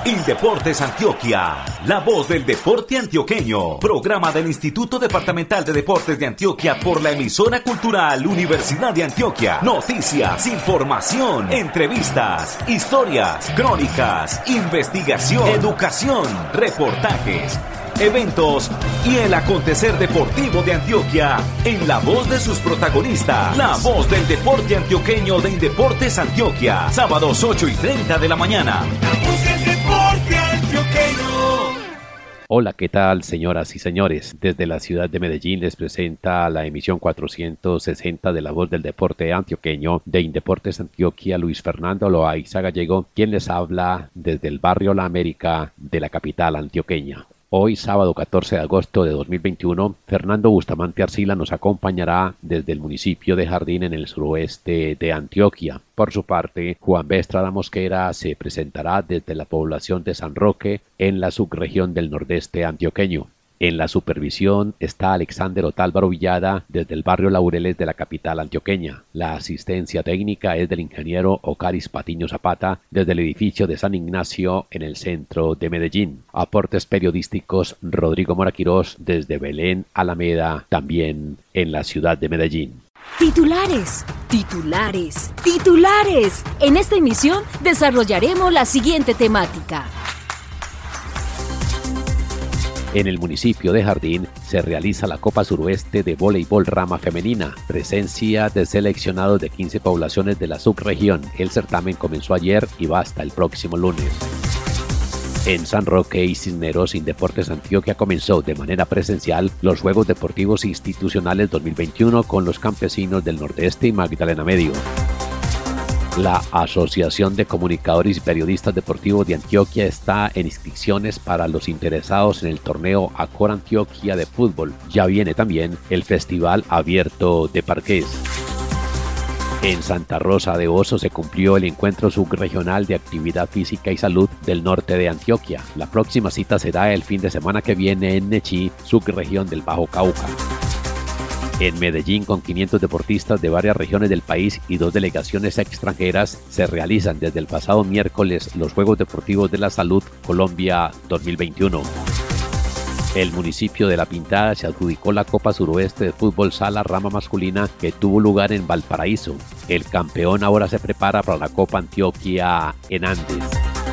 Indeportes Antioquia, la voz del deporte antioqueño. Programa del Instituto Departamental de Deportes de Antioquia por la emisora cultural Universidad de Antioquia. Noticias, información, entrevistas, historias, crónicas, investigación, educación, reportajes, eventos y el acontecer deportivo de Antioquia en la voz de sus protagonistas. La voz del deporte antioqueño de Indeportes Antioquia. Sábados 8:30 de la mañana. La voz del deporte antioqueño. Hola, ¿qué tal, señoras y señores? Desde la ciudad de Medellín les presenta la emisión 460 de La Voz del Deporte Antioqueño de Indeportes Antioquia, Luis Fernando Loaiza Gallego, quien les habla desde el barrio La América de la capital antioqueña. Hoy, sábado 14 de agosto de 2021, Fernando Bustamante Arcila nos acompañará desde el municipio de Jardín en el suroeste de Antioquia. Por su parte, Juan B. Estrada Mosquera se presentará desde la población de San Roque en la subregión del nordeste antioqueño. En la supervisión está Alexander Otálvaro Villada desde el barrio Laureles de la capital antioqueña. La asistencia técnica es del ingeniero Ocaris Patiño Zapata desde el edificio de San Ignacio en el centro de Medellín. Aportes periodísticos Rodrigo Mora Quirós desde Belén, Alameda, también en la ciudad de Medellín. Titulares, titulares, titulares. En esta emisión desarrollaremos la siguiente temática. En el municipio de Jardín se realiza la Copa Suroeste de Voleibol Rama Femenina, presencia de seleccionados de 15 poblaciones de la subregión. El certamen comenzó ayer y va hasta el próximo lunes. En San Roque y Cisneros, Indeportes Antioquia comenzó de manera presencial los Juegos Deportivos Institucionales 2021 con los campesinos del Nordeste y Magdalena Medio. La Asociación de Comunicadores y Periodistas Deportivos de Antioquia está en inscripciones para los interesados en el torneo Acor Antioquia de fútbol. Ya viene también el Festival Abierto de Parqués. En Santa Rosa de Osos se cumplió el encuentro subregional de actividad física y salud del norte de Antioquia. La próxima cita será el fin de semana que viene en Nechí, subregión del Bajo Cauca. En Medellín, con 500 deportistas de varias regiones del país y 2 delegaciones extranjeras, se realizan desde el pasado miércoles los Juegos Deportivos de la Salud Colombia 2021. El municipio de La Pintada se adjudicó la Copa Suroeste de Fútbol Sala Rama Masculina que tuvo lugar en Valparaíso. El campeón ahora se prepara para la Copa Antioquia en Andes.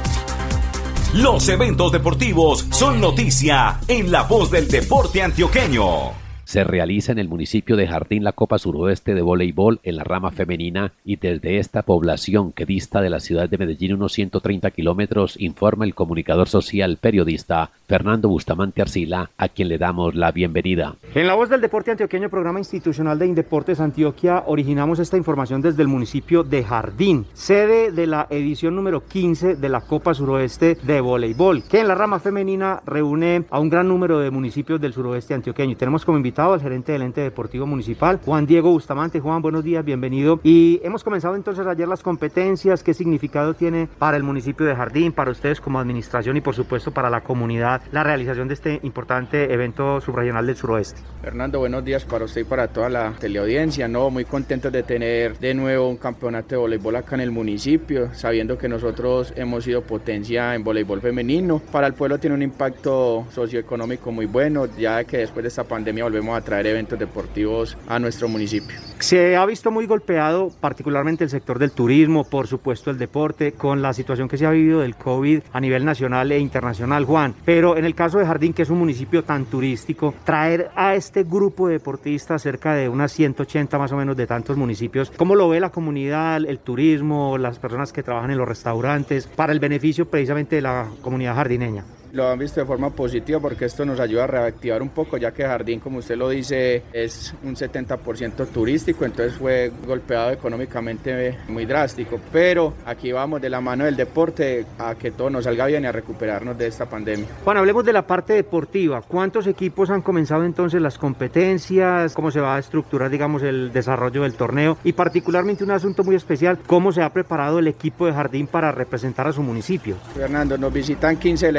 Los eventos deportivos son noticia en La Voz del Deporte Antioqueño. Se realiza en el municipio de Jardín la Copa Suroeste de Voleibol en la rama femenina y desde esta población que dista de la ciudad de Medellín unos 130 kilómetros informa el comunicador social periodista Fernando Bustamante Arcila, a quien le damos la bienvenida. En La Voz del Deporte Antioqueño, programa institucional de Indeportes Antioquia, originamos esta información desde el municipio de Jardín, sede de la edición número 15 de la Copa Suroeste de Voleibol, que en la rama femenina reúne a un gran número de municipios del suroeste antioqueño. Y tenemos como invitado al gerente del ente deportivo municipal, Juan Diego Bustamante. Juan, buenos días, bienvenido. Y hemos comenzado entonces ayer las competencias. ¿Qué significado tiene para el municipio de Jardín, para ustedes como administración y por supuesto para la comunidad la realización de este importante evento subregional del suroeste? Fernando, buenos días para usted y para toda la teleaudiencia. Muy contentos de tener de nuevo un campeonato de voleibol acá en el municipio, sabiendo que nosotros hemos sido potencia en voleibol femenino. Para el pueblo tiene un impacto socioeconómico muy bueno, ya que después de esta pandemia volvemos a traer eventos deportivos a nuestro municipio. Se ha visto muy golpeado particularmente el sector del turismo, por supuesto el deporte, con la situación que se ha vivido del COVID a nivel nacional e internacional, Juan. Pero en el caso de Jardín, que es un municipio tan turístico, traer a este grupo de deportistas, cerca de unas 180 más o menos de tantos municipios, ¿cómo lo ve la comunidad, el turismo, las personas que trabajan en los restaurantes, para el beneficio precisamente de la comunidad jardineña? Lo han visto de forma positiva porque esto nos ayuda a reactivar un poco, ya que Jardín, como usted lo dice, es un 70% turístico, entonces fue golpeado económicamente muy drástico, pero aquí vamos de la mano del deporte a que todo nos salga bien y a recuperarnos de esta pandemia. Juan, hablemos de la parte deportiva. ¿Cuántos equipos han comenzado entonces las competencias? ¿Cómo se va a estructurar, digamos, el desarrollo del torneo? Y particularmente un asunto muy especial, ¿cómo se ha preparado el equipo de Jardín para representar a su municipio? Fernando, nos visitan 15 delegaciones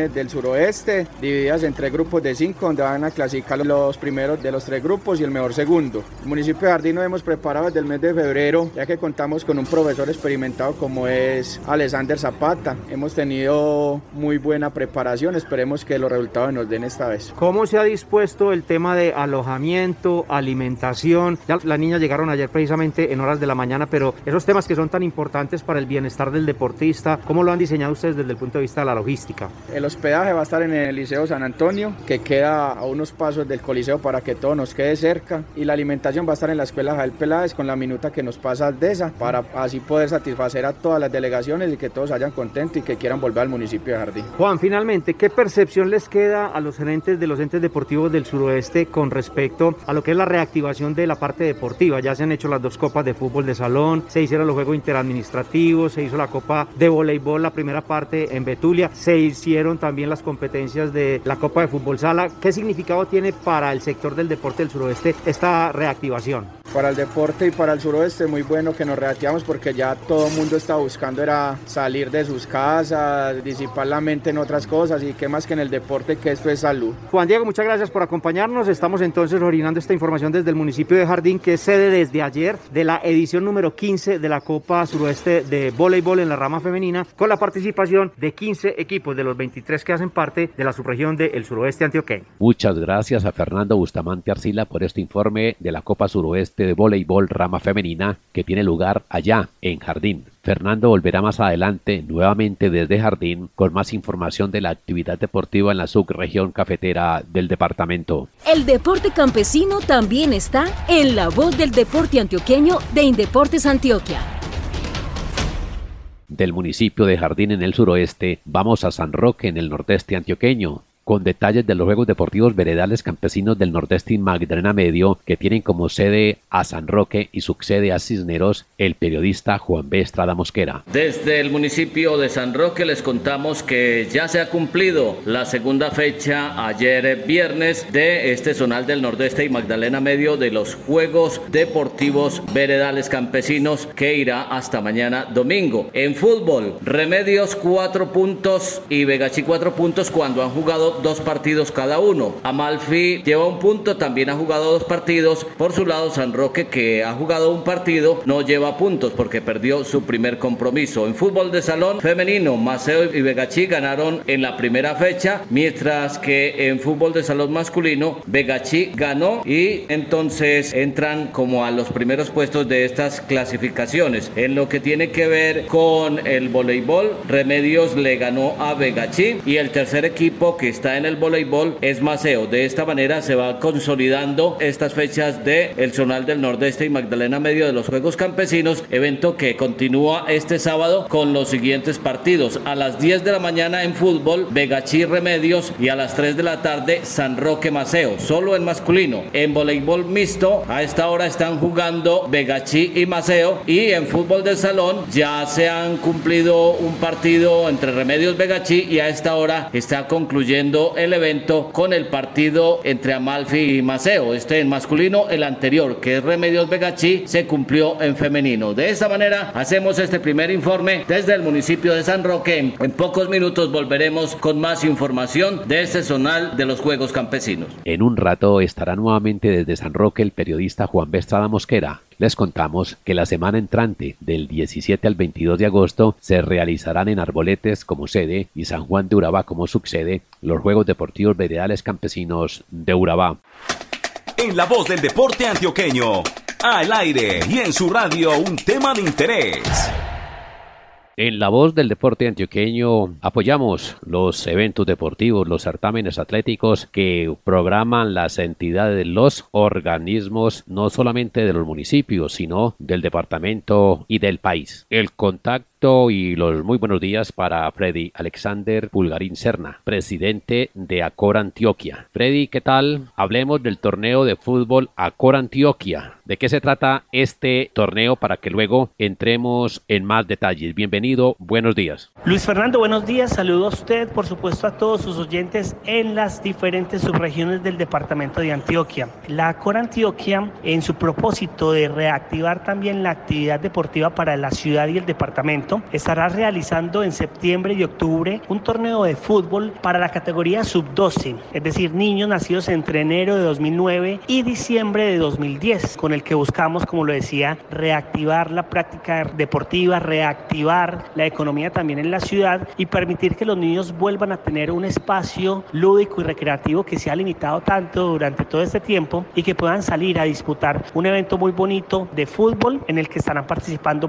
subregiones del suroeste, divididas en 3 grupos de 5, donde van a clasificar los primeros de los 3 grupos y el mejor segundo. El municipio de Jardín nos hemos preparado desde el mes de febrero, ya que contamos con un profesor experimentado como es Alexander Zapata. Hemos tenido muy buena preparación, esperemos que los resultados nos den esta vez. ¿Cómo se ha dispuesto el tema de alojamiento, alimentación? Ya las niñas llegaron ayer precisamente en horas de la mañana, pero esos temas que son tan importantes para el bienestar del deportista, ¿cómo lo han diseñado ustedes desde el punto de vista de la logística? El hospedaje va a estar en el Liceo San Antonio, que queda a unos pasos del Coliseo para que todo nos quede cerca, y la alimentación va a estar en la Escuela Jael Peláez con la minuta que nos pasa Aldesa, para así poder satisfacer a todas las delegaciones y que todos hayan contentos y que quieran volver al municipio de Jardín. Juan, finalmente, ¿qué percepción les queda a los gerentes de los entes deportivos del suroeste con respecto a lo que es la reactivación de la parte deportiva? Ya se han hecho las 2 copas de fútbol de salón, se hicieron los juegos interadministrativos, se hizo la copa de voleibol, la primera parte en Betulia, se hicieron también las competencias de la copa de fútbol sala. ¿Qué significado tiene para el sector del deporte del suroeste esta reactivación? Para el deporte y para el suroeste muy bueno que nos reactivamos, porque ya todo el mundo está buscando era salir de sus casas, disipar la mente en otras cosas, y qué más que en el deporte, que esto es salud. Juan Diego, muchas gracias por acompañarnos. Estamos entonces originando esta información desde el municipio de Jardín, que es sede desde ayer de la edición número 15 de la Copa Suroeste de Voleibol en la rama femenina, con la participación de 15 equipos de los 23 que hacen parte de la subregión del suroeste antioqueño. Muchas gracias a Fernando Bustamante Arcila por este informe de la Copa Suroeste de Voleibol rama femenina que tiene lugar allá en Jardín. Fernando volverá más adelante nuevamente desde Jardín con más información de la actividad deportiva en la subregión cafetera del departamento. El deporte campesino también está en La Voz del Deporte Antioqueño de Indeportes Antioquia. Del municipio de Jardín en el suroeste, vamos a San Roque en el nordeste antioqueño, con detalles de los Juegos Deportivos Veredales Campesinos del Nordeste y Magdalena Medio, que tienen como sede a San Roque y subsede a Cisneros, el periodista Juan B. Estrada Mosquera. Desde el municipio de San Roque les contamos que ya se ha cumplido la segunda fecha ayer viernes de este zonal del Nordeste y Magdalena Medio de los Juegos Deportivos Veredales Campesinos, que irá hasta mañana domingo. En fútbol, Remedios 4 puntos y Vegachí 4 puntos cuando han jugado 2 partidos cada uno. Amalfi lleva 1 punto, también ha jugado 2 partidos. Por su lado, San Roque, que ha jugado 1 partido, no lleva puntos porque perdió su primer compromiso. En fútbol de salón femenino, Maceo y Vegachí ganaron en la primera fecha, mientras que en fútbol de salón masculino, Vegachí ganó y entonces entran como a los primeros puestos de estas clasificaciones. En lo que tiene que ver con el voleibol, Remedios le ganó a Vegachí y el tercer equipo que está en el voleibol es Maceo. De esta manera se va consolidando estas fechas de el zonal del Nordeste y Magdalena Medio de los Juegos Campesinos, evento que continúa este sábado con los siguientes partidos: a las 10 de la mañana en fútbol, Vegachí Remedios, y a las 3 de la tarde San Roque Maceo, solo en masculino. En voleibol mixto a esta hora están jugando Vegachí y Maceo, y en fútbol de salón ya se han cumplido un partido entre Remedios Vegachí y a esta hora está concluyendo el evento con el partido entre Amalfi y Maceo. En masculino, el anterior, que es Remedios Vegachí, se cumplió en femenino. De esta manera hacemos este primer informe desde el municipio de San Roque. En pocos minutos volveremos con más información de este zonal de los Juegos Campesinos. En un rato estará nuevamente desde San Roque el periodista Juan B. Estrada Mosquera. Les contamos que la semana entrante, del 17 al 22 de agosto, se realizarán en Arboletes como sede y San Juan de Urabá como subsede los Juegos Deportivos Veredales Campesinos de Urabá. En La Voz del Deporte Antioqueño, al aire y en su radio, un tema de interés. En La Voz del Deporte Antioqueño apoyamos los eventos deportivos, los certámenes atléticos que programan las entidades, los organismos, no solamente de los municipios, sino del departamento y del país. El contacto y los muy buenos días para Freddy Alexander Pulgarín Serna, presidente de Acor Antioquia. Freddy, ¿qué tal? Hablemos del torneo de fútbol Acor Antioquia. ¿De qué se trata este torneo para que luego entremos en más detalles? Bienvenido, buenos días. Luis Fernando, buenos días. Saludo a usted, por supuesto a todos sus oyentes en las diferentes subregiones del departamento de Antioquia. La Acor Antioquia, en su propósito de reactivar también la actividad deportiva para la ciudad y el departamento, departamento estará realizando en septiembre y octubre un torneo de fútbol para la categoría sub-12, es decir, niños nacidos entre enero de 2009 y diciembre de 2010, con el que buscamos, como lo decía, reactivar la práctica deportiva, reactivar la economía también en la ciudad y permitir que los niños vuelvan a tener un espacio lúdico y recreativo que se ha limitado tanto durante todo este tiempo y que puedan salir a disputar un evento muy bonito de fútbol en el que estarán participando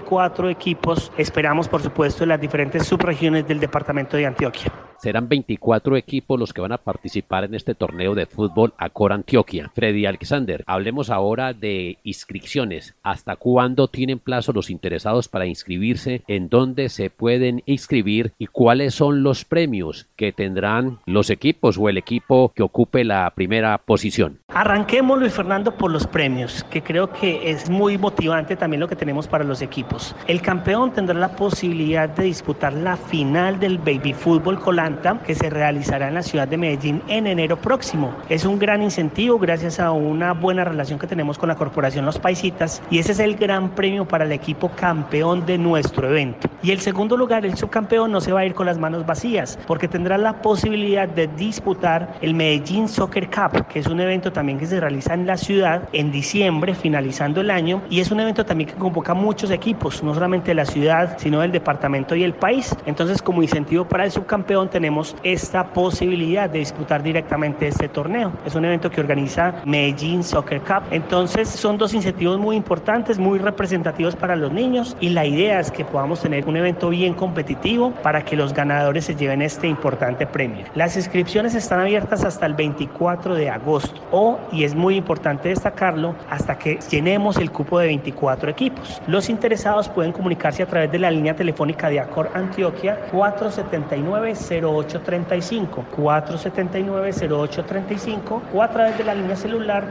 24 equipos, esperamos por supuesto en las diferentes subregiones del departamento de Antioquia. Serán 24 equipos los que van a participar en este torneo de fútbol Acor Antioquia. Freddy Alexander, hablemos ahora de inscripciones. ¿Hasta cuándo tienen plazo los interesados para inscribirse? ¿En dónde se pueden inscribir? ¿Y cuáles son los premios que tendrán los equipos o el equipo que ocupe la primera posición? Arranquemos, Luis Fernando, por los premios, que creo que es muy motivante también lo que tenemos para los equipos. El campeón tendrá la posibilidad de disputar la final del Baby Fútbol Colanta, que se realizará en la ciudad de Medellín en enero próximo. Es un gran incentivo gracias a una buena relación que tenemos con la corporación Los Paisitas y ese es el gran premio para el equipo campeón de nuestro evento. Y el segundo lugar, el subcampeón, no se va a ir con las manos vacías porque tendrá la posibilidad de disputar el Medellín Soccer Cup, que es un evento también que se realiza en la ciudad en diciembre, finalizando el año, y es un evento también que convoca muchos equipos, no solamente de la ciudad, sino del departamento y el país. Entonces, como incentivo para el subcampeón, tenemos esta posibilidad de disputar directamente este torneo. Es un evento que organiza Medellín Soccer Cup. Entonces, son dos incentivos muy importantes, muy representativos para los niños, y la idea es que podamos tener un evento bien competitivo para que los ganadores se lleven este importante premio. Las inscripciones están abiertas hasta el 24 de agosto y es muy importante destacarlo, hasta que llenemos el cupo de 24 equipos. Los interesados pueden comunicarse a través de la línea telefónica de Acor Antioquia 479-0835, 479-0835 o a través de la línea celular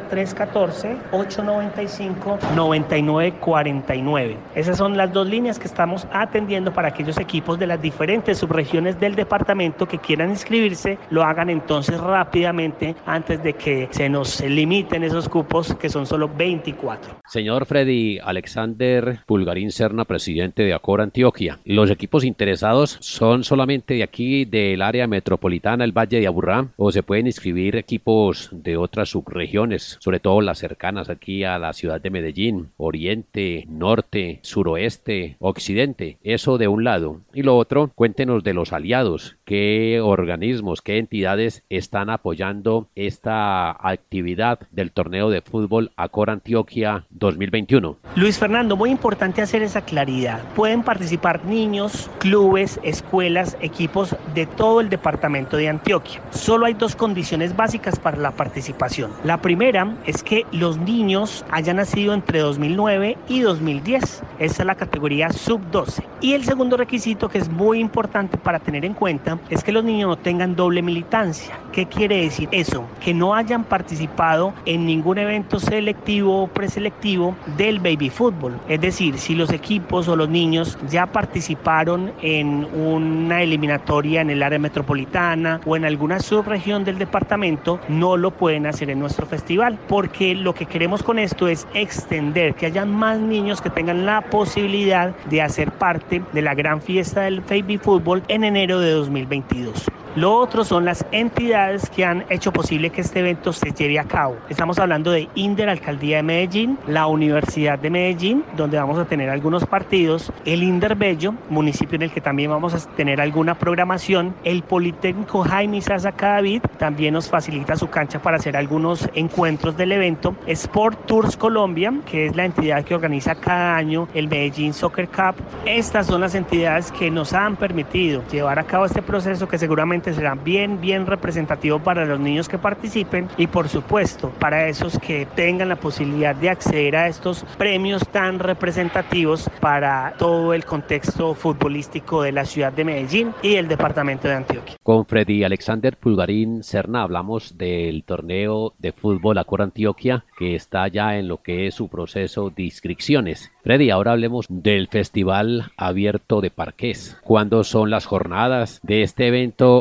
314-895-9949. Esas son las dos líneas que estamos atendiendo para aquellos equipos de las diferentes subregiones del departamento que quieran inscribirse, lo hagan entonces rápidamente antes de que se nos limiten esos cupos, que son solo 24. Señor Freddy Alexander Pulgarín Serna, presidente de Acor Antioquia, ¿los equipos interesados son solamente de aquí del área metropolitana, el Valle de Aburrá, o se pueden inscribir equipos de otras subregiones, sobre todo las cercanas aquí a la ciudad de Medellín, oriente, norte, suroeste, occidente? Eso de un lado. Y lo otro, cuéntenos de los aliados. ¿Qué organismos, qué entidades están apoyando esta actividad del torneo de fútbol Acor Antioquia 2021? Luis Fernando, muy importante hacer esa claridad. Pueden participar niños, clubes, escuelas, equipos de todo el departamento de Antioquia. Solo hay dos condiciones básicas para la participación. La primera es que los niños hayan nacido entre 2009 y 2010. Esa es la categoría sub-12. Y el segundo requisito, que es muy importante para tener en cuenta, es que los niños no tengan doble militancia. ¿Qué quiere decir eso? Que no hayan participado en ningún evento selectivo o preselectivo del baby fútbol. Es decir, si los equipos o los niños ya participaron en una eliminatoria en el área metropolitana o en alguna subregión del departamento, no lo pueden hacer en nuestro festival, porque lo que queremos con esto es extender, que haya más niños que tengan la posibilidad de hacer parte de la gran fiesta del baby fútbol en enero de 2022. Lo otro son las entidades que han hecho posible que este evento se lleve a cabo. Estamos hablando de INDER, Alcaldía de Medellín, la Universidad de Medellín, donde vamos a tener algunos partidos, el INDER Bello, municipio en el que también vamos a tener alguna programación, el Politécnico Jaime Isaza Cadavid también nos facilita su cancha para hacer algunos encuentros del evento, Sport Tours Colombia, que es la entidad que organiza cada año el Medellín Soccer Cup. Estas son las entidades que nos han permitido llevar a cabo este proceso, que seguramente será bien representativo para los niños que participen y por supuesto para esos que tengan la posibilidad de acceder a estos premios tan representativos para todo el contexto futbolístico de la ciudad de Medellín y el departamento de Antioquia. Con Freddy Alexander Pulgarín Serna hablamos del torneo de fútbol Acor Antioquia, que está ya en lo que es su proceso de inscripciones. Freddy, ahora hablemos del Festival Abierto de Parqués. ¿Cuándo son las jornadas de este evento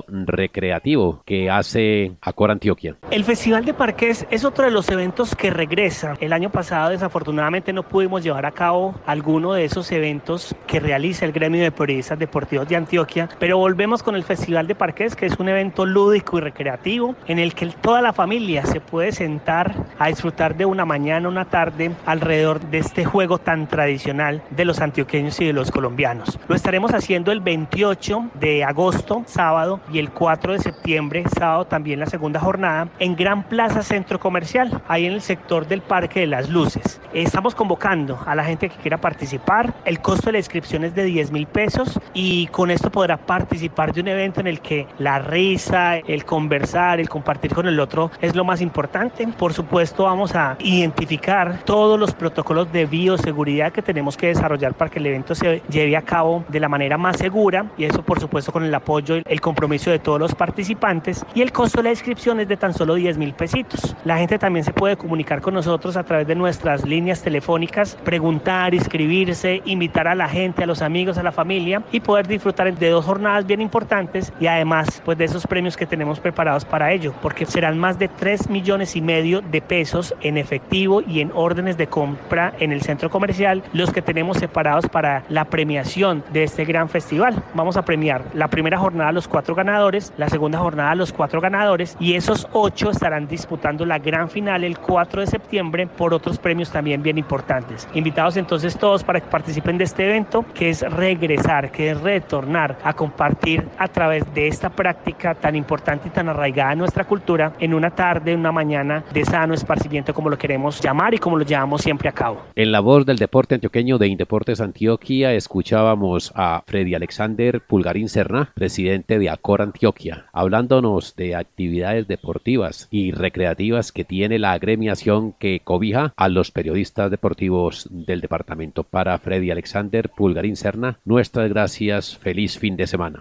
recreativo que hace Acor Antioquia. El Festival de Parques es otro de los eventos que regresa. El año pasado desafortunadamente no pudimos llevar a cabo alguno de esos eventos que realiza el Gremio de Periodistas Deportivos de Antioquia, pero volvemos con el Festival de Parques, que es un evento lúdico y recreativo en el que toda la familia se puede sentar a disfrutar de una mañana, una tarde alrededor de este juego tan tradicional de los antioqueños y de los colombianos. Lo estaremos haciendo el 28 de agosto, sábado, y el 4 de septiembre, sábado, también la segunda jornada, en Gran Plaza Centro Comercial, ahí en el sector del Parque de las Luces. Estamos convocando a la gente que quiera participar. El costo de la inscripción es de 10.000 pesos y con esto podrá participar de un evento en el que la risa, el conversar, el compartir con el otro es lo más importante. Por supuesto, vamos a identificar todos los protocolos de bioseguridad que tenemos que desarrollar para que el evento se lleve a cabo de la manera más segura, y eso por supuesto con el apoyo y el compromiso de todos los participantes. Y el costo de la inscripción es de tan solo 10.000 pesitos. La gente también se puede comunicar con nosotros a través de nuestras líneas telefónicas, preguntar, inscribirse, invitar a la gente, a los amigos, a la familia, y poder disfrutar de 2 jornadas bien importantes y además pues de esos premios que tenemos preparados para ello, porque serán más de 3,5 millones de pesos en efectivo y en órdenes de compra en el centro comercial, los que tenemos separados para la premiación de este gran festival. Vamos a premiar la primera jornada a los 4 ganadores, la segunda jornada a los 4 ganadores, y esos 8 estarán disputando la gran final el 4 de septiembre por otros premios también bien importantes. Invitados entonces todos para que participen de este evento, que es regresar, que es retornar a compartir a través de esta práctica tan importante y tan arraigada en nuestra cultura en una tarde, una mañana de sano esparcimiento, como lo queremos llamar y como lo llevamos siempre a cabo. En la voz del deporte antioqueño de Indeportes Antioquia escuchábamos a Freddy Alexander Pulgarín Serna, presidente de Acor Antioquia, hablándonos de actividades deportivas y recreativas que tiene la agremiación que cobija a los periodistas deportivos del departamento. Para Freddy Alexander Pulgarín Serna, nuestras gracias, feliz fin de semana.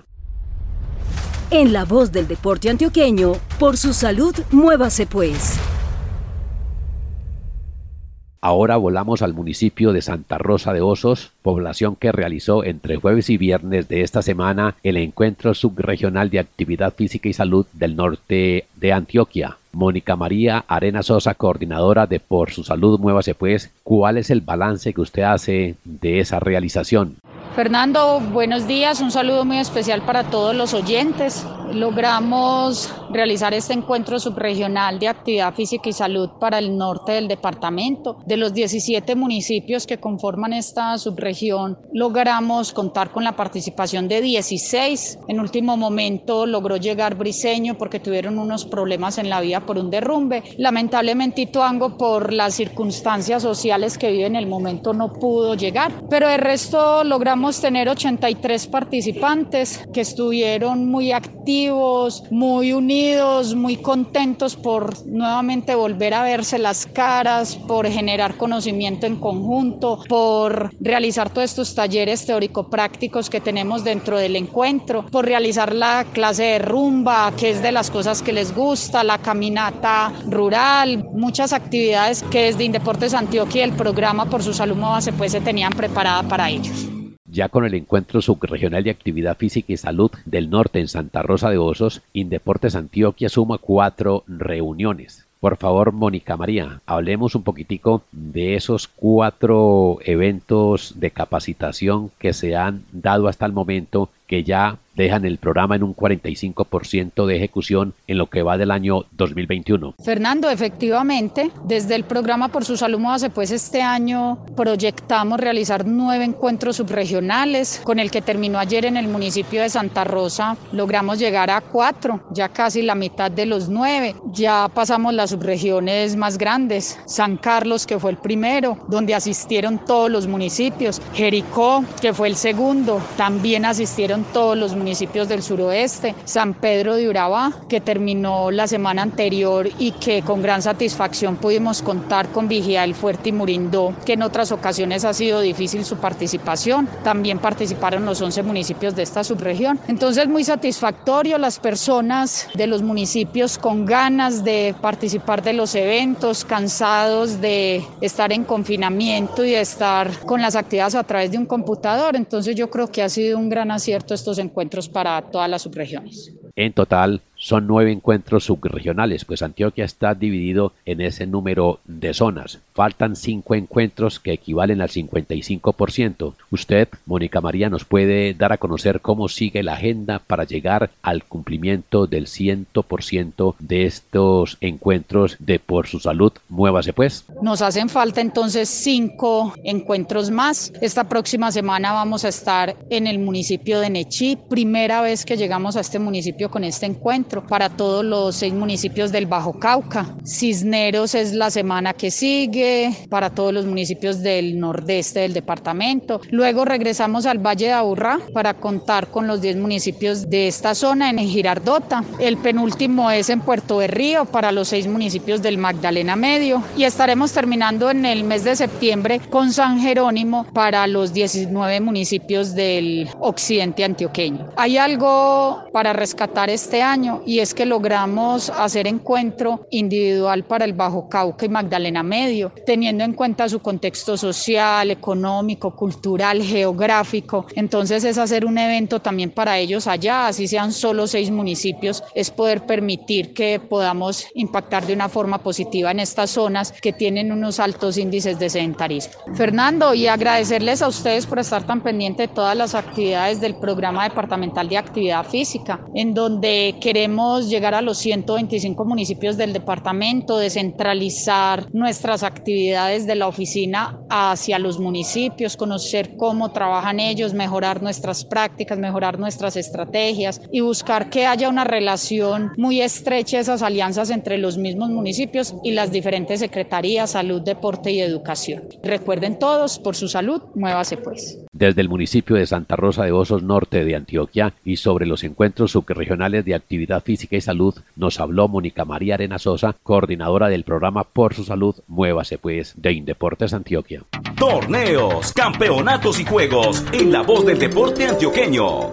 En la voz del deporte antioqueño, por su salud, muévase pues. Ahora volamos al municipio de Santa Rosa de Osos, población que realizó entre jueves y viernes de esta semana el encuentro subregional de actividad física y salud del norte de Antioquia. Mónica María Arena Sosa, coordinadora de Por su Salud Muévase Pues, ¿cuál es el balance que usted hace de esa realización? Fernando, buenos días, un saludo muy especial para todos los oyentes. Logramos realizar este encuentro subregional de actividad física y salud para el norte del departamento. De los 17 municipios que conforman esta subregión, logramos contar con la participación de 16. En último momento logró llegar Briceño porque tuvieron unos problemas en la vía por un derrumbe. Lamentablemente Ituango, por las circunstancias sociales que vive en el momento, no pudo llegar. Pero de resto logramos tener 83 participantes que estuvieron muy activos, muy unidos, muy contentos por nuevamente volver a verse las caras, por generar conocimiento en conjunto, por realizar todos estos talleres teórico-prácticos que tenemos dentro del encuentro, por realizar la clase de rumba, que es de las cosas que les gusta, la caminata rural, muchas actividades que desde Indeportes Antioquia y el programa Por su Salud Muévase Pues se tenían preparada para ellos. Ya con el encuentro subregional de actividad física y salud del norte en Santa Rosa de Osos, Indeportes Antioquia suma 4 reuniones. Por favor, Mónica María, hablemos un poquitico de esos 4 eventos de capacitación que se han dado hasta el momento, que ya dejan el programa en un 45% de ejecución en lo que va del año 2021. Fernando, efectivamente, desde el programa Por su Salud Muévase Pues este año proyectamos realizar 9 encuentros subregionales. Con el que terminó ayer en el municipio de Santa Rosa logramos llegar a 4, ya casi la mitad de los 9. Ya pasamos las subregiones más grandes, San Carlos, que fue el primero, donde asistieron todos los municipios, Jericó, que fue el segundo, también asistieron todos los municipios del suroeste, San Pedro de Urabá, que terminó la semana anterior y que con gran satisfacción pudimos contar con Vigía del Fuerte y Murindó, que en otras ocasiones ha sido difícil su participación. También participaron los 11 municipios de esta subregión. Entonces, muy satisfactorio, las personas de los municipios con ganas de participar de los eventos, cansados de estar en confinamiento y de estar con las actividades a través de un computador. Entonces, yo creo que ha sido un gran acierto estos encuentros para todas las subregiones. En total, son 9 encuentros subregionales, pues Antioquia está dividido en ese número de zonas. Faltan 5 encuentros que equivalen al 55%. Usted, Mónica María, nos puede dar a conocer cómo sigue la agenda para llegar al cumplimiento del 100% de estos encuentros de Por Su Salud. Muévase pues. Nos hacen falta entonces 5 encuentros más. Esta próxima semana vamos a estar en el municipio de Nechí. Primera vez que llegamos a este municipio con este encuentro para todos los 6 municipios del Bajo Cauca. Cisneros es la semana que sigue para todos los municipios del nordeste del departamento. Luego regresamos al Valle de Aburrá para contar con los 10 municipios de esta zona en Girardota. El penúltimo es en Puerto Berrío para los 6 municipios del Magdalena Medio y estaremos terminando en el mes de septiembre con San Jerónimo para los 19 municipios del occidente antioqueño. Hay algo para rescatar este año y es que logramos hacer encuentro individual para el Bajo Cauca y Magdalena Medio, teniendo en cuenta su contexto social, económico, cultural, geográfico. Entonces es hacer un evento también para ellos allá, así sean solo 6 municipios, es poder permitir que podamos impactar de una forma positiva en estas zonas que tienen unos altos índices de sedentarismo. Fernando, y agradecerles a ustedes por estar tan pendientes de todas las actividades del Programa Departamental de Actividad Física, en donde queremos llegar a los 125 municipios del departamento, descentralizar nuestras actividades de la oficina hacia los municipios, conocer cómo trabajan ellos, mejorar nuestras prácticas, mejorar nuestras estrategias y buscar que haya una relación muy estrecha, esas alianzas entre los mismos municipios y las diferentes secretarías, salud, deporte y educación. Recuerden todos, por su salud, muévase pues. Desde el municipio de Santa Rosa de Osos Norte de Antioquia y sobre los encuentros subregionales de actividad física y salud, nos habló Mónica María Arenas Sosa, coordinadora del programa Por Su Salud, Muévase pues, de Indeportes Antioquia. Torneos, campeonatos y juegos en la voz del deporte antioqueño.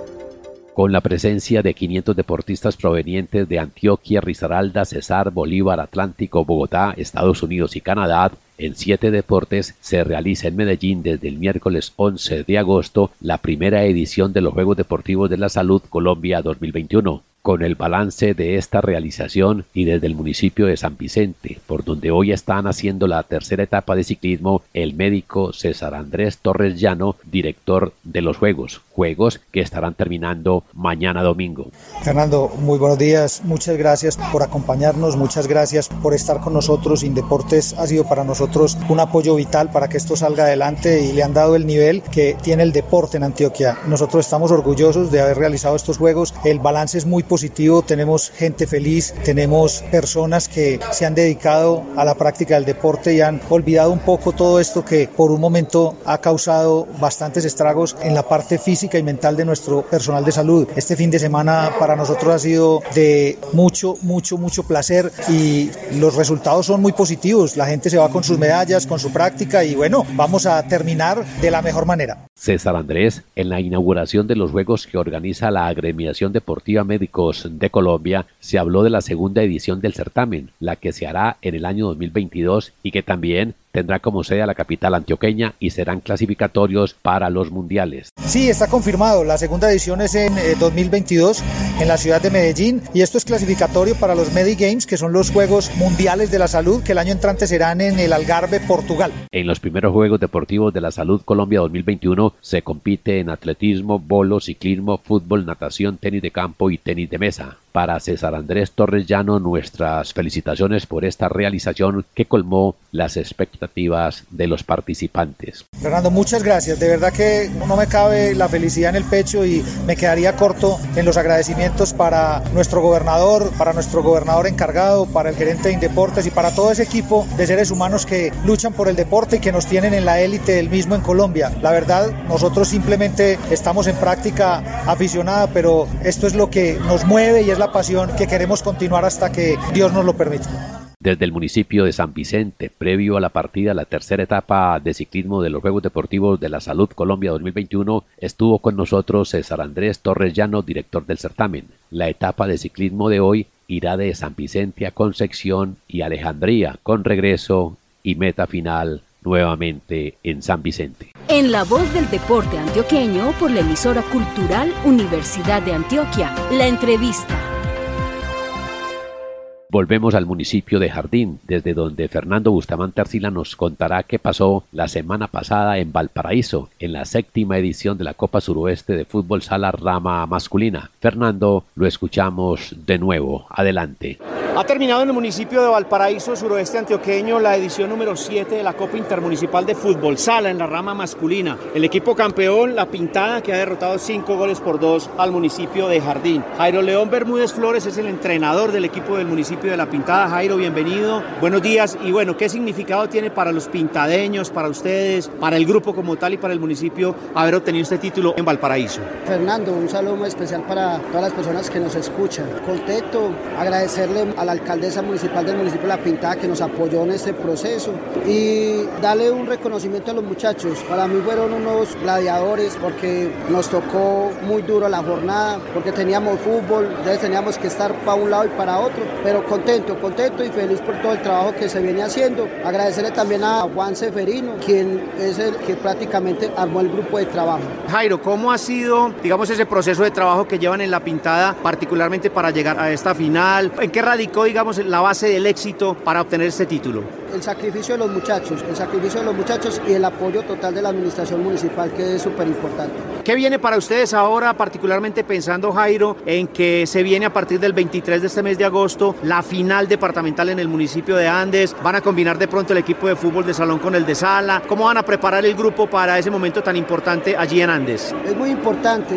Con la presencia de 500 deportistas provenientes de Antioquia, Risaralda, Cesar, Bolívar, Atlántico, Bogotá, Estados Unidos y Canadá, en 7 deportes se realiza en Medellín desde el miércoles 11 de agosto la primera edición de los Juegos Deportivos de la Salud Colombia 2021. Con el balance de esta realización y desde el municipio de San Vicente, por donde hoy están haciendo la tercera etapa de ciclismo, el médico César Andrés Torres Llano, director de los Juegos que estarán terminando mañana domingo. Fernando, muy buenos días, muchas gracias por acompañarnos, muchas gracias por estar con nosotros. Indeportes ha sido para nosotros un apoyo vital para que esto salga adelante y le han dado el nivel que tiene el deporte en Antioquia. Nosotros estamos orgullosos de haber realizado estos Juegos, el balance es muy positivo, tenemos gente feliz, tenemos personas que se han dedicado a la práctica del deporte y han olvidado un poco todo esto que por un momento ha causado bastantes estragos en la parte física y mental de nuestro personal de salud. Este fin de semana para nosotros ha sido de mucho placer y los resultados son muy positivos, la gente se va con sus medallas, con su práctica y bueno, vamos a terminar de la mejor manera. César Andrés, en la inauguración de los Juegos que organiza la Agremiación Deportiva Médicos de Colombia, se habló de la segunda edición del certamen, la que se hará en el año 2022 y que también tendrá como sede a la capital antioqueña y serán clasificatorios para los mundiales. Sí, está confirmado, la segunda edición es en 2022 en la ciudad de Medellín y esto es clasificatorio para los Medigames, que son los Juegos Mundiales de la Salud, que el año entrante serán en el Algarve, Portugal. En los primeros Juegos Deportivos de la Salud Colombia 2021 se compite en atletismo, bolo, ciclismo, fútbol, natación, tenis de campo y tenis de mesa. Para César Andrés Torres Llano, nuestras felicitaciones por esta realización que colmó las expectativas de los participantes. Fernando, muchas gracias. De verdad que no me cabe la felicidad en el pecho y me quedaría corto en los agradecimientos para nuestro gobernador encargado, para el gerente de Indeportes y para todo ese equipo de seres humanos que luchan por el deporte y que nos tienen en la élite del mismo en Colombia. La verdad, nosotros simplemente estamos en práctica aficionada, pero esto es lo que nos mueve y es la pasión que queremos continuar hasta que Dios nos lo permita. Desde el municipio de San Vicente, previo a la partida de la tercera etapa de ciclismo de los Juegos Deportivos de la Salud Colombia 2021, estuvo con nosotros César Andrés Torres Llano, director del certamen. La etapa de ciclismo de hoy irá de San Vicente a Concepción y Alejandría, con regreso y meta final nuevamente en San Vicente. En la voz del deporte antioqueño por la emisora cultural Universidad de Antioquia, la entrevista. Volvemos al municipio de Jardín, desde donde Fernando Bustamante Arcila nos contará qué pasó la semana pasada en Valparaíso, en la 7ª edición de la Copa Suroeste de Fútbol Sala Rama Masculina. Fernando, lo escuchamos de nuevo. Adelante. Ha terminado en el municipio de Valparaíso, suroeste antioqueño, la edición número 7 de la Copa Intermunicipal de Fútbol Sala en la rama masculina. El equipo campeón, La Pintada, que ha derrotado 5-2 al municipio de Jardín. Jairo León Bermúdez Flores es el entrenador del equipo del municipio de La Pintada. Jairo, bienvenido. Buenos días. Y bueno, ¿qué significado tiene para los pintadeños, para ustedes, para el grupo como tal y para el municipio haber obtenido este título en Valparaíso? Fernando, un saludo muy especial para todas las personas que nos escuchan. Contento, agradecerle a la alcaldesa municipal del municipio de La Pintada que nos apoyó en este proceso y darle un reconocimiento a los muchachos. Para mí fueron unos gladiadores porque nos tocó muy duro la jornada, porque teníamos fútbol, entonces teníamos que estar para un lado y para otro, pero contento y feliz por todo el trabajo que se viene haciendo. Agradecerle también a Juan Seferino, quien es el que prácticamente armó el grupo de trabajo. Jairo, ¿cómo ha sido, digamos, ese proceso de trabajo que llevan en La Pintada, particularmente para llegar a esta final? ¿En qué radicó, digamos, la base del éxito para obtener este título? El sacrificio de los muchachos y el apoyo total de la administración municipal, que es súper importante. ¿Qué viene para ustedes ahora, particularmente pensando, Jairo, en que se viene a partir del 23 de este mes de agosto la final departamental en el municipio de Andes? ¿Van a combinar de pronto el equipo de fútbol de salón con el de sala? ¿Cómo van a preparar el grupo para ese momento tan importante allí en Andes? Es muy importante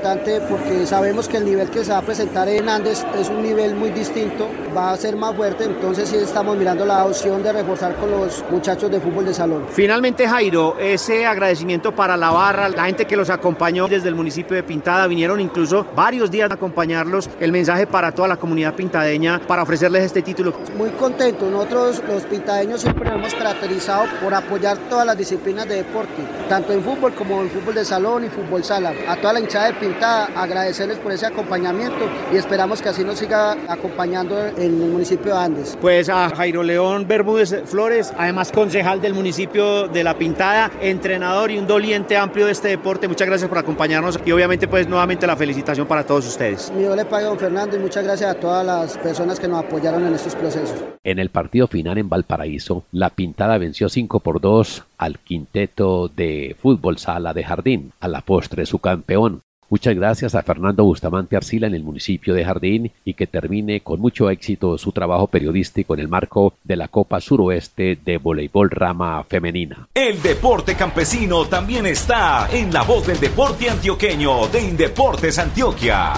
porque sabemos que el nivel que se va a presentar en Andes es un nivel muy distinto, va a ser más fuerte, entonces sí estamos mirando la opción de reforzar con los muchachos de fútbol de salón. Finalmente, Jairo, ese agradecimiento para la barra, la gente que los acompañó desde el municipio de Pintada, vinieron incluso varios días a acompañarlos, el mensaje para toda la comunidad pintadeña para ofrecerles este título. Muy contento, nosotros los pintadeños siempre nos hemos caracterizado por apoyar todas las disciplinas de deporte, tanto en fútbol como en fútbol de salón y fútbol sala. A toda la hinchada de Pintada, agradecerles por ese acompañamiento y esperamos que así nos siga acompañando en el municipio de Andes. Pues a Jairo León Bermúdez Flores, además concejal del municipio de La Pintada, entrenador y un doliente amplio de este deporte, muchas gracias por acompañarnos y obviamente pues nuevamente la felicitación para todos ustedes. Mi doble paga, don Fernando, y muchas gracias a todas las personas que nos apoyaron en estos procesos. En el partido final en Valparaíso, La Pintada venció 5-2 al quinteto de fútbol sala de Jardín, a la postre su campeón. Muchas gracias a Fernando Bustamante Arcila en el municipio de Jardín y que termine con mucho éxito su trabajo periodístico en el marco de la Copa Suroeste de Voleibol Rama Femenina. El deporte campesino también está en la voz del deporte antioqueño de Indeportes Antioquia.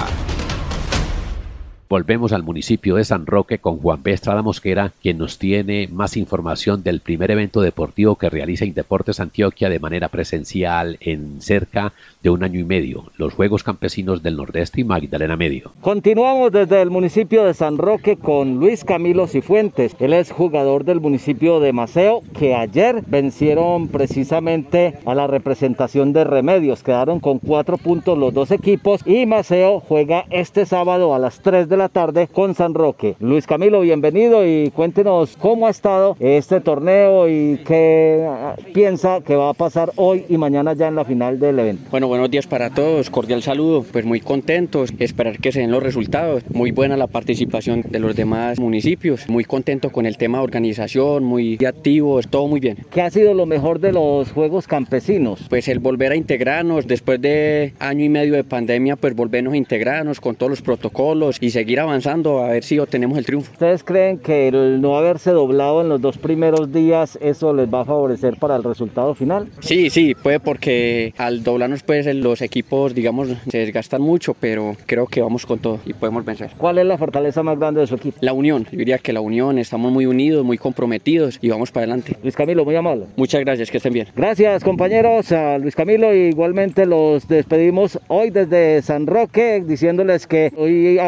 Volvemos al municipio de San Roque con Juan B. Estrada Mosquera, quien nos tiene más información del primer evento deportivo que realiza Indeportes Antioquia de manera presencial en cerca de 1 año y medio, los Juegos Campesinos del Nordeste y Magdalena Medio. Continuamos desde el municipio de San Roque con Luis Camilo Cifuentes. Él es jugador del municipio de Maceo, que ayer vencieron precisamente a la representación de Remedios. Quedaron con 4 puntos los dos equipos y Maceo juega este sábado a las 3 de la tarde con San Roque. Luis Camilo, bienvenido y cuéntenos cómo ha estado este torneo y qué piensa que va a pasar hoy y mañana ya en la final del evento. Bueno, buenos días para todos, cordial saludo, pues muy contentos, esperar que se den los resultados, muy buena la participación de los demás municipios, muy contento con el tema de organización, muy activos, todo muy bien. ¿Qué ha sido lo mejor de los Juegos Campesinos? Pues el volver a integrarnos, después de 1 año y medio de pandemia, pues volvernos a integrarnos con todos los protocolos y seguir avanzando a ver si obtenemos el triunfo. ¿Ustedes creen que el no haberse doblado en los 2 primeros días, eso les va a favorecer para el resultado final? Sí, puede, porque al doblarnos pues los equipos, digamos, se desgastan mucho, pero creo que vamos con todo y podemos vencer. ¿Cuál es la fortaleza más grande de su equipo? La unión, yo diría que la unión, estamos muy unidos, muy comprometidos y vamos para adelante. Luis Camilo, muy amable. Muchas gracias, que estén bien. Gracias, compañeros, a Luis Camilo, igualmente los despedimos hoy desde San Roque, diciéndoles que hoy habrá 2 partidos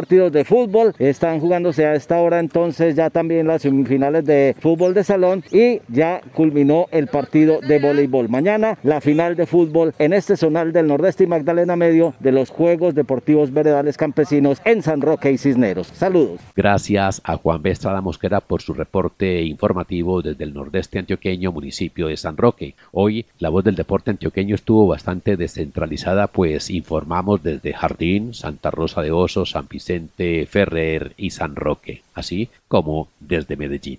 partidos de fútbol, están jugándose a esta hora entonces ya también las semifinales de fútbol de salón y ya culminó el partido de voleibol. Mañana la final de fútbol en este zonal del Nordeste y Magdalena Medio de los Juegos Deportivos Veredales Campesinos en San Roque y Cisneros. Saludos. Gracias a Juan B. Estrada Mosquera por su reporte informativo desde el Nordeste antioqueño, municipio de San Roque. Hoy la voz del deporte antioqueño estuvo bastante descentralizada, pues informamos desde Jardín, Santa Rosa de Osos, San Vicente Ferrer y San Roque, así como desde Medellín.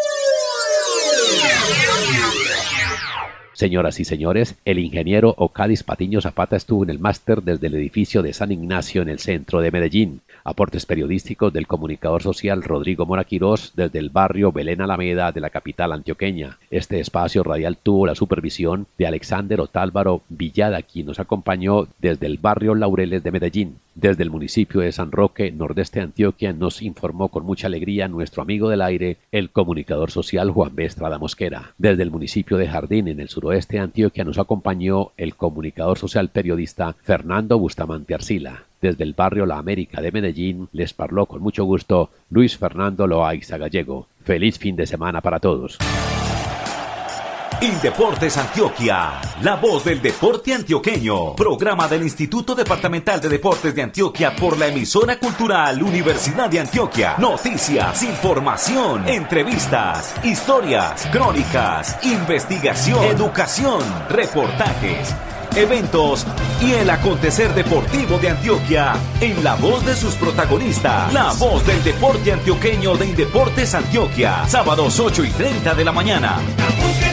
Señoras y señores, el ingeniero Ocadis Patiño Zapata estuvo en el máster desde el edificio de San Ignacio en el centro de Medellín. Aportes periodísticos del comunicador social Rodrigo Mora Quirós desde el barrio Belén Alameda de la capital antioqueña. Este espacio radial tuvo la supervisión de Alexander Otálvaro Villada, quien nos acompañó desde el barrio Laureles de Medellín. Desde el municipio de San Roque, Nordeste Antioquia, nos informó con mucha alegría nuestro amigo del aire, el comunicador social Juan B. Estrada Mosquera. Desde el municipio de Jardín, en el suroeste de Antioquia, nos acompañó el comunicador social periodista Fernando Bustamante Arcila. Desde el barrio La América de Medellín, les parló con mucho gusto Luis Fernando Loaiza Gallego. Feliz fin de semana para todos. Indeportes Antioquia, la voz del deporte antioqueño. Programa del Instituto Departamental de Deportes de Antioquia por la emisora cultural Universidad de Antioquia. Noticias, información, entrevistas, historias, crónicas, investigación, educación, reportajes, eventos y el acontecer deportivo de Antioquia en la voz de sus protagonistas. La voz del deporte antioqueño de Indeportes Antioquia. Sábados 8:30 de la mañana.